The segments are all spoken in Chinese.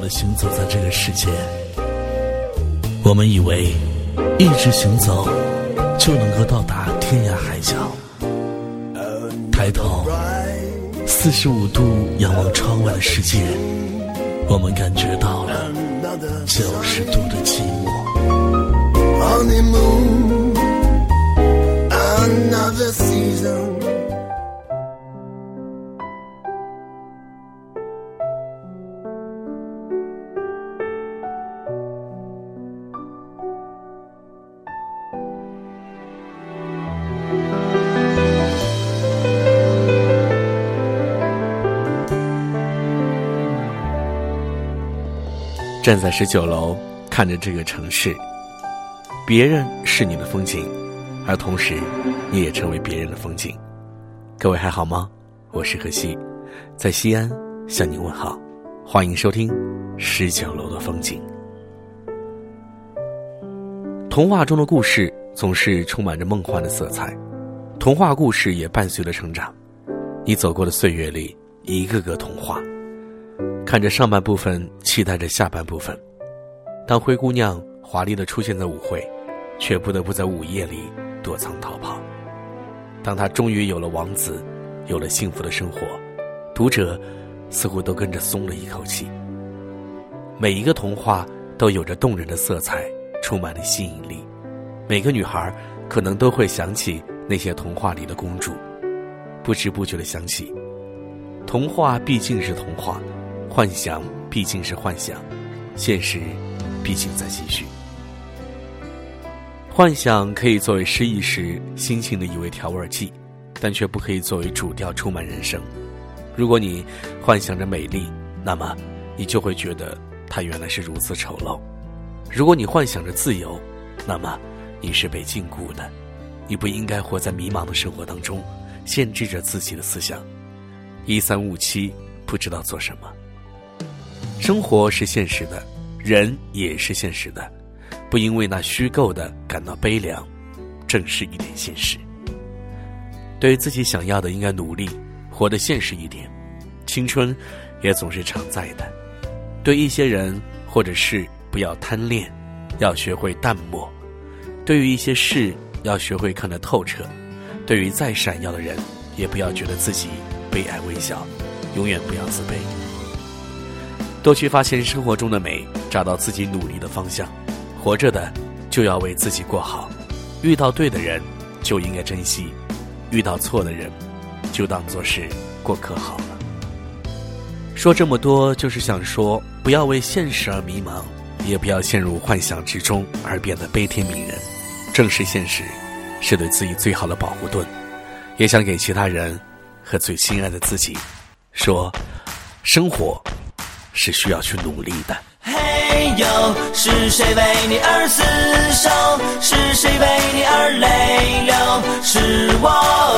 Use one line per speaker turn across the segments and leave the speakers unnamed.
地行走在这个世界。我们以为一直行走就能够到达天涯海角，抬头45度仰望窗外的世界，我们感觉到了90度的寂寞。
Honeymoon, another season.
站在19楼看着这个城市，别人是你的风景，而同时你也成为别人的风景。各位还好吗？我是何西，在西安向您问好，欢迎收听19楼的风景。童话中的故事总是充满着梦幻的色彩，童话故事也伴随着成长。你走过的岁月里，一个个童话，看着上半部分，期待着下半部分。当灰姑娘华丽地出现在舞会，却不得不在午夜里躲藏逃跑。当她终于有了王子，有了幸福的生活，读者似乎都跟着松了一口气。每一个童话都有着动人的色彩，充满了吸引力。每个女孩可能都会想起那些童话里的公主，不知不觉地想起，童话毕竟是童话，幻想毕竟是幻想，现实毕竟在继续。幻想可以作为失意时心情的一味调味剂，但却不可以作为主调充满人生。如果你幻想着美丽，那么你就会觉得它原来是如此丑陋。如果你幻想着自由，那么你是被禁锢的。你不应该活在迷茫的生活当中，限制着自己的思想，一三五七不知道做什么。生活是现实的，人也是现实的，不因为那虚构的感到悲凉，正视一点现实。对自己想要的应该努力，活得现实一点。青春也总是常在的，对一些人或者事不要贪恋，要学会淡漠。对于一些事要学会看得透彻，对于再闪耀的人也不要觉得自己悲哀微笑，永远不要自卑。多去发现生活中的美，找到自己努力的方向。活着的就要为自己过好，遇到对的人就应该珍惜，遇到错的人就当作是过客好了。说这么多就是想说，不要为现实而迷茫，也不要陷入幻想之中而变得悲天悯人。正视现实是对自己最好的保护盾，也想给其他人和最亲爱的自己说，生活是需要去努力的。
嘿呦，是谁为你而厮守？是谁为你而泪流？是我。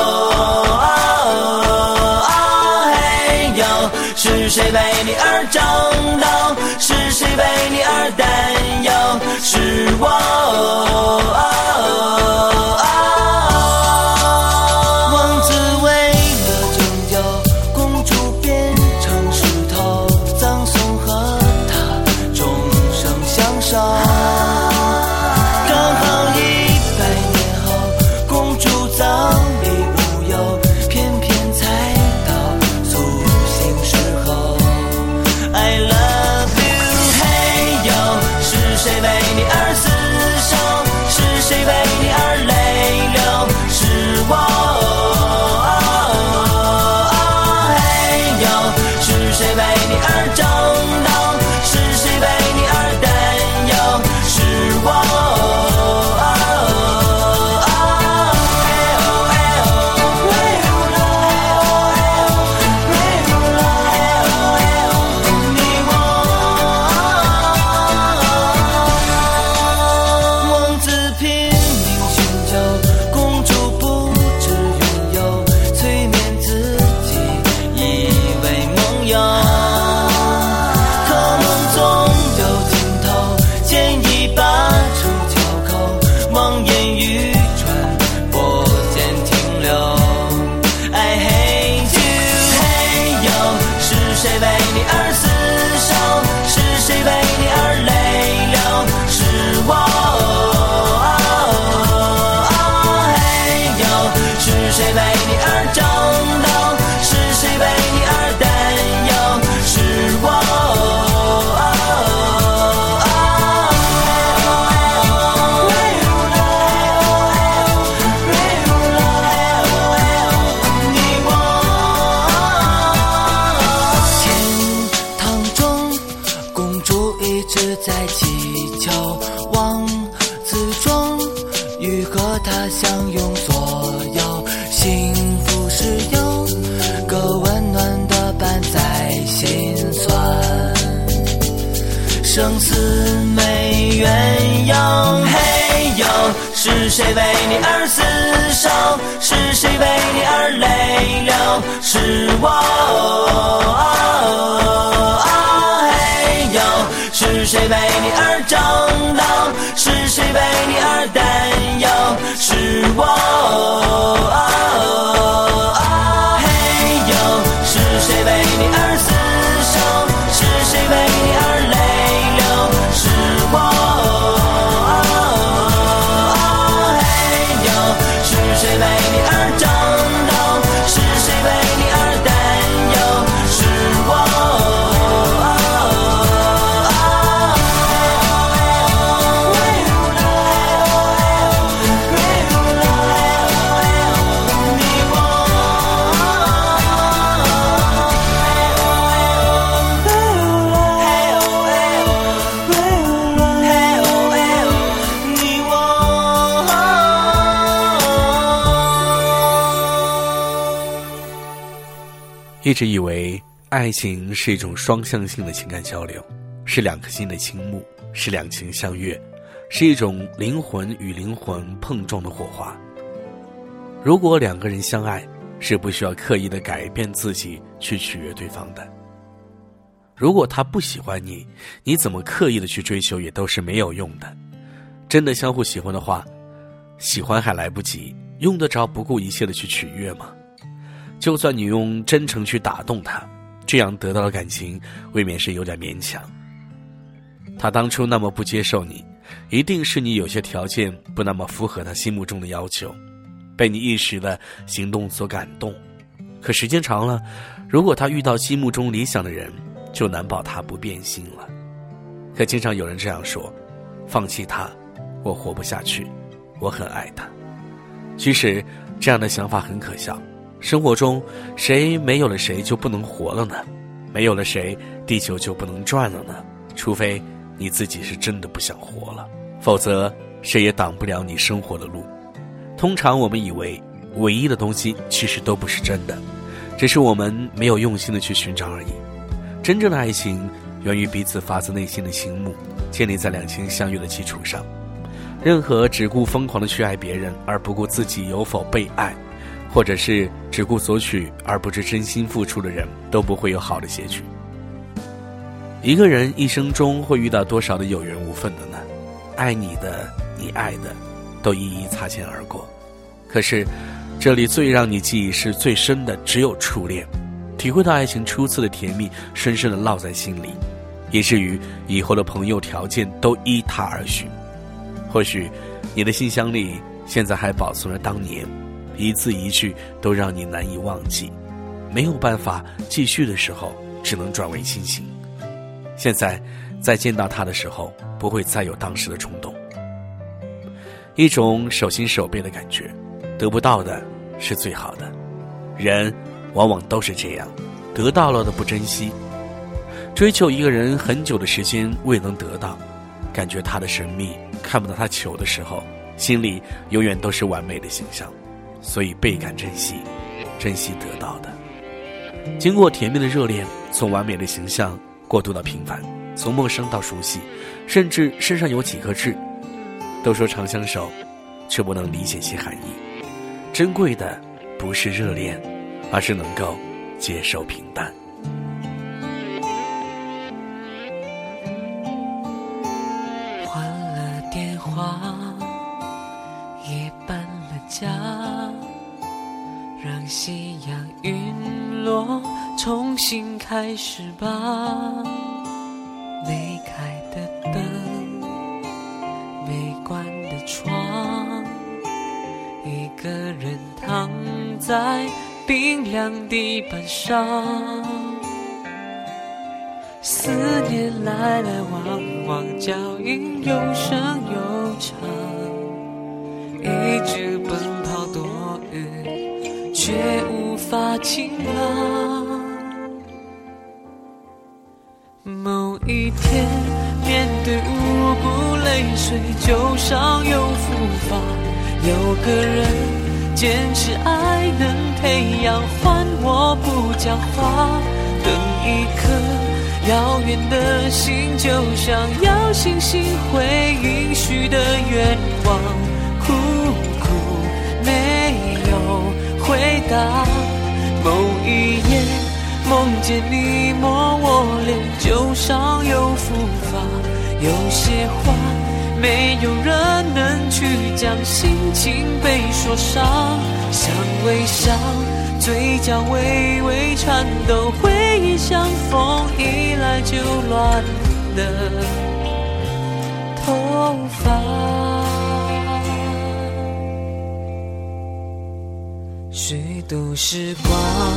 嘿呦，是谁为你而争斗？是谁为你而担忧？是我。王子为了拯救公主变成石头，葬送和他终生相守。刚好100年后，公主早已无忧，偏偏猜到苏醒时候。I love you， 嘿呦，是谁为你而厮守？是谁为你而泪流？是我。嘿呦，是谁为你而争斗？是谁为你而担忧？是我。王子拼命寻救，公主不知缘由，催眠自己以为梦游。可梦总有尽头，牵一把出鞘口，望眼欲穿，拨间停留。I hate you， 嘿呦，是谁为你而厮守？是谁为你而厮守？是谁为你而泪流？是我，嘿呦，是谁为你而争斗？是谁为你而担忧？是我，嘿呦，是谁为你而厮守？是谁为你而泪流？是我，嘿呦，是谁为你而争斗？是谁为你而担忧？是我。
一直以为爱情是一种双向性的情感交流，是两颗心的倾慕，是两情相悦，是一种灵魂与灵魂碰撞的火花。如果两个人相爱，是不需要刻意的改变自己去取悦对方的。如果他不喜欢你，你怎么刻意的去追求也都是没有用的。真的相互喜欢的话，喜欢还来不及，用得着不顾一切的去取悦吗？就算你用真诚去打动他，这样得到的感情未免是有点勉强。他当初那么不接受你，一定是你有些条件不那么符合他心目中的要求，被你一时的行动所感动。可时间长了，如果他遇到心目中理想的人，就难保他不变心了。可经常有人这样说，放弃他，我活不下去，我很爱他。其实这样的想法很可笑。生活中谁没有了谁就不能活了呢？没有了谁地球就不能转了呢？除非你自己是真的不想活了，否则谁也挡不了你生活的路。通常我们以为唯一的东西其实都不是真的，只是我们没有用心的去寻找而已。真正的爱情源于彼此发自内心的倾慕，建立在两情相悦的基础上。任何只顾疯狂的去爱别人而不顾自己有否被爱，或者是只顾索取而不知真心付出的人，都不会有好的结局。一个人一生中会遇到多少的有缘无分的呢？爱你的，你爱的，都一一擦肩而过。可是这里最让你记忆是最深的只有初恋，体会到爱情初次的甜蜜，深深地烙在心里，以至于以后的朋友条件都依他而寻。或许你的信箱里现在还保存着当年一字一句都让你难以忘记，没有办法继续的时候，只能转为亲情。现在再见到他的时候，不会再有当时的冲动，一种手心手背的感觉，得不到的是最好的。人往往都是这样，得到了的不珍惜，追求一个人很久的时间未能得到，感觉他的神秘，看不到他求的时候，心里永远都是完美的形象，所以倍感珍惜，珍惜得到的。经过甜蜜的热恋，从完美的形象过渡到平凡，从陌生到熟悉，甚至身上有几颗痣。都说长相守，却不能理解其含义。珍贵的不是热恋，而是能够接受平淡。
换了电话，也搬了家，让夕阳陨落，重新开始吧。没开的灯，没关的床，一个人躺在冰凉地板上，思念来来往往，脚印有声有长，一直奔跑躲雨，却无法晴朗。某一天，面对无辜泪水，旧伤又复发，有个人坚持爱能培养，换我不讲话。等一颗遥远的心，就像要星星会允许的愿望，哭答。某一夜梦见你摸我脸，旧伤又复发。有些话没有人能去讲，心情被说伤。想微笑，嘴角微微颤抖，回忆像风一来就乱了头发。虚度时光，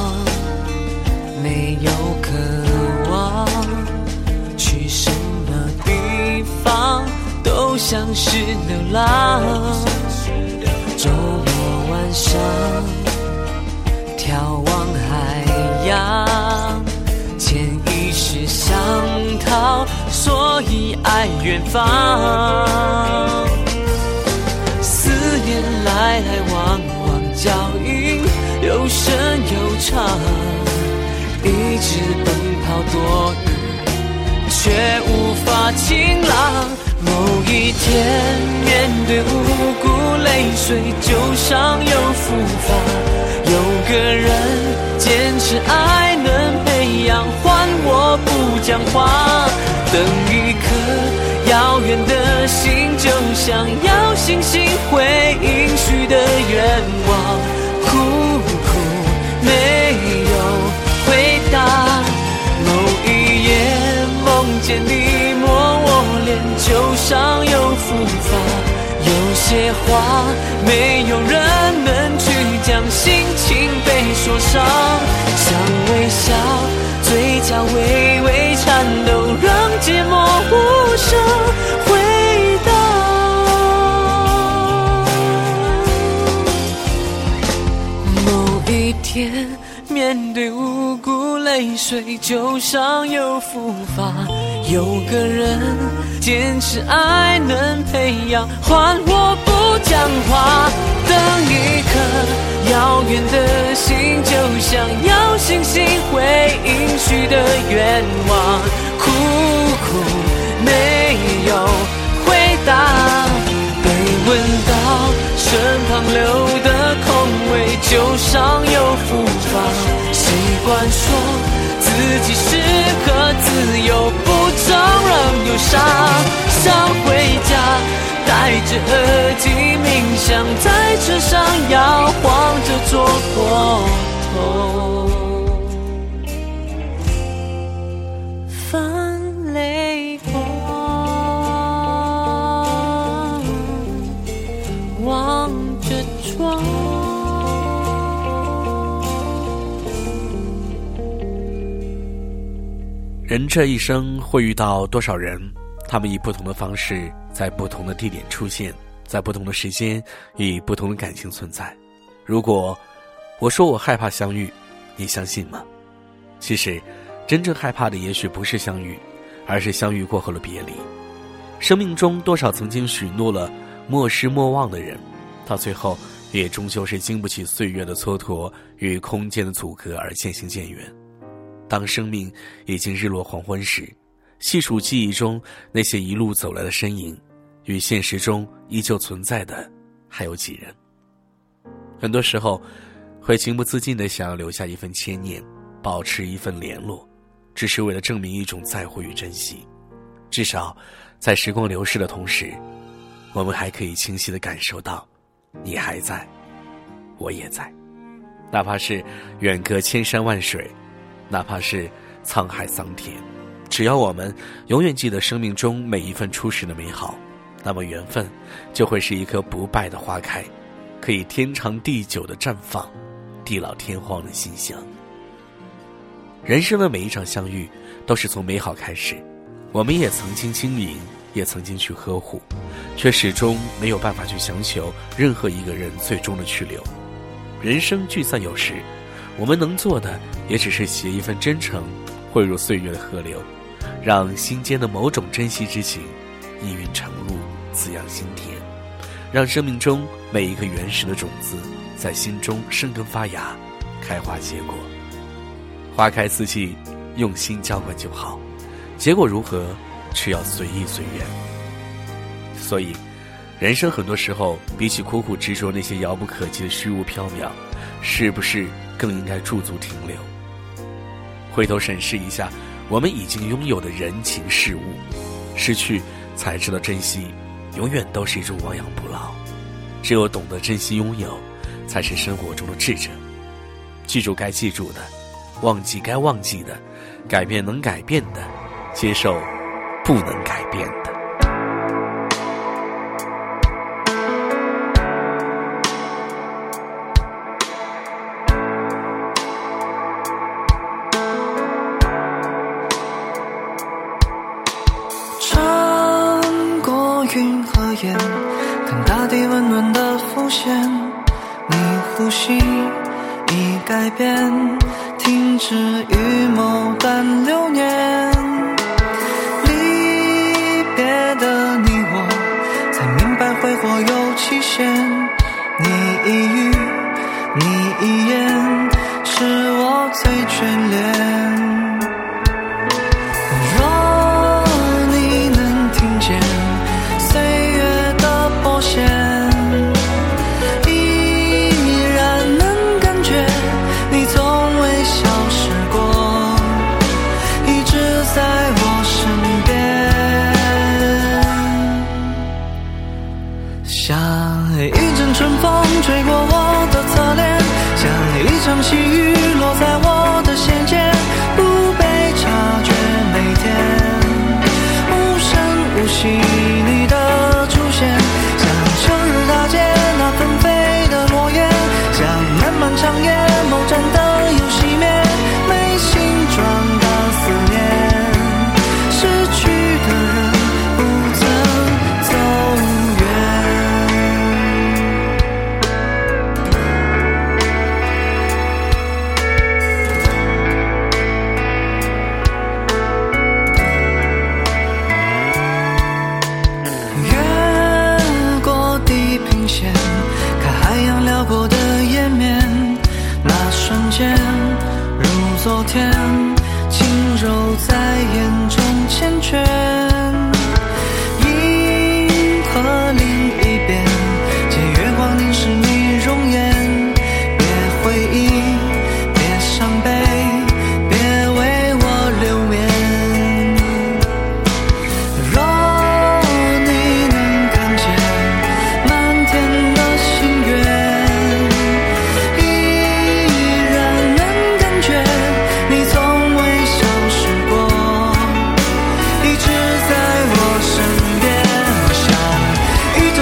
没有渴望，去什么地方都像是流浪。周末晚上眺望海洋，潜意识想逃，所以爱远方。思念来来往往，脚印又深又长，一直奔跑多日，却无法晴朗。某一天面对无辜泪水，旧伤又复发。有个人坚持爱能培养，换我不讲话。等一颗遥远的心，就想要星星会应许的愿望。苦苦没有回答。某一夜梦见你摸我脸，旧伤又复发。有些话没有人能去讲，心情被说伤。想微笑，嘴角微微颤抖，让芥末无声回答。某一天面对无辜泪水，旧伤又复发。有个人坚持爱能培养，换我不讲话。等一颗遥远的心，就想要星星会应许的愿望。苦苦没有回答。被问到身旁留的空位，旧伤又复发。习惯说自己适合自由，不承认忧伤。想回家，戴着耳机冥想，在车上摇晃着坐过头，泛泪光，望着窗。
人这一生会遇到多少人，他们以不同的方式在不同的地点出现，在不同的时间以不同的感情存在。如果我说我害怕相遇，你相信吗？其实真正害怕的也许不是相遇，而是相遇过后的别离。生命中多少曾经许诺了莫失莫忘的人，到最后也终究是经不起岁月的蹉跎与空间的阻隔而渐行渐远。当生命已经日落黄昏时，细数记忆中那些一路走来的身影，与现实中依旧存在的还有几人？很多时候会情不自禁地想要留下一份牵念，保持一份联络，只是为了证明一种在乎与珍惜。至少在时光流逝的同时，我们还可以清晰地感受到你还在，我也在。哪怕是远隔千山万水，哪怕是沧海桑田，只要我们永远记得生命中每一份初始的美好，那么缘分就会是一棵不败的花开，可以天长地久的绽放，地老天荒的馨香。人生的每一场相遇都是从美好开始，我们也曾经经营，也曾经去呵护，却始终没有办法去强求任何一个人最终的去留。人生聚散有时，我们能做的也只是携一份真诚汇入岁月的河流，让心间的某种珍惜之情氤氲成露，滋养心田，让生命中每一个原始的种子在心中生根发芽，开花结果。花开四季，用心浇灌就好，结果如何却要随意随缘。所以人生很多时候比起苦苦执着那些遥不可及的虚无缥缈， 是不是更应该驻足停留？回头审视一下我们已经拥有的人情事物，失去才知道珍惜，永远都是一种亡羊补牢。只有懂得珍惜拥有，才是生活中的智者。记住该记住的，忘记该忘记的，改变能改变的，接受不能改变的。
穿过云和烟，看大地温暖的浮现，你呼吸已改变，停止于某段流年。离别的你我，才明白挥霍有期限。你一语，你一言，是我最眷恋。若你能听见岁月的拨弦，依然能感觉你从未消失过，一直在我身边。像一阵春风吹过我的侧脸，像一场细雨落在我的弦间，不被察觉，每天无声无息你的出现，像秋日大街那纷飞的落叶，像漫漫长夜某盏灯又熄灭，没形状的思念，失去的人不曾走远。越过地平线，看海洋辽阔的延绵，那瞬间如昨天，轻柔在眼中缱绻。银河另一边，借月光凝视你容颜，别回忆，别伤悲，别为我留恋。若你能看见满天的星月，依然能感觉你从未消失过，一直在我身边，像一阵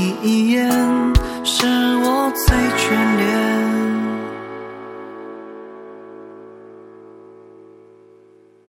一眼，